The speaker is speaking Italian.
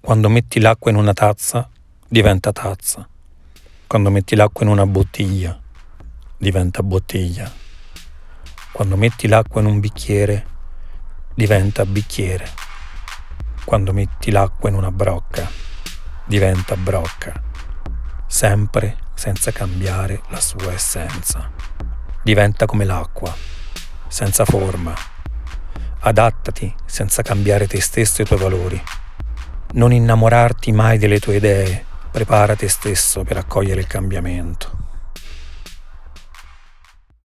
Quando metti l'acqua in una tazza, diventa tazza. Quando metti l'acqua in una bottiglia, diventa bottiglia. Quando metti l'acqua in un bicchiere, diventa bicchiere. Quando metti l'acqua in una brocca, diventa brocca. Sempre senza cambiare la sua essenza. Diventa come l'acqua, senza forma. Adattati senza cambiare te stesso e i tuoi valori. Non innamorarti mai delle tue idee, prepara te stesso per accogliere il cambiamento.